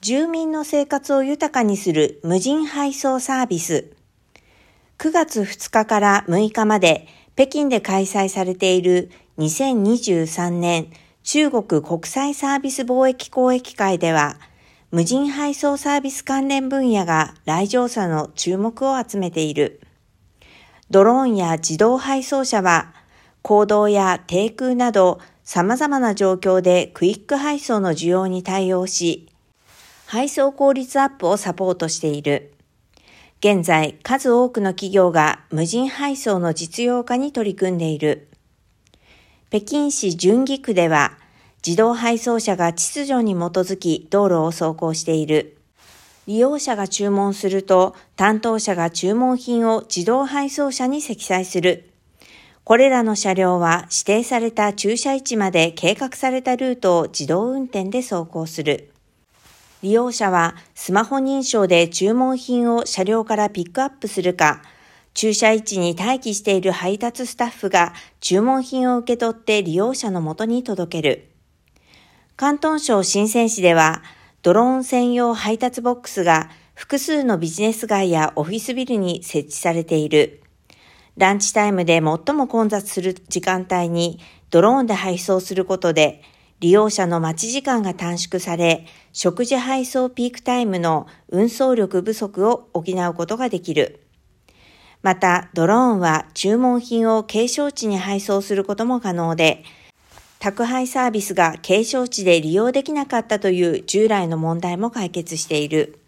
住民の生活を豊かにする無人配送サービス。9月2日から6日まで北京で開催されている2023年中国国際サービス貿易交易会では、無人配送サービス関連分野が来場者の注目を集めている。ドローンや自動配送車は、公道や低空など様々な状況でクイック配送の需要に対応し、配送効率アップをサポートしている。現在、数多くの企業が無人配送の実用化に取り組んでいる。北京市順義区では、自動配送車が秩序に基づき道路を走行している。利用者が注文すると、担当者が注文品を自動配送車に積載する。これらの車両は指定された駐車位置まで計画されたルートを自動運転で走行する。利用者はスマホ認証で注文品を車両からピックアップするか、駐車位置に待機している配達スタッフが注文品を受け取って利用者の元に届ける。広東省深セン市では、ドローン専用配達ボックスが複数のビジネス街やオフィスビルに設置されている。ランチタイムで最も混雑する時間帯にドローンで配送することで、利用者の待ち時間が短縮され、食事配送ピークタイムの運送力不足を補うことができる。また、ドローンは注文品を景勝地に配送することも可能で、宅配サービスが景勝地で利用できなかったという従来の問題も解決している。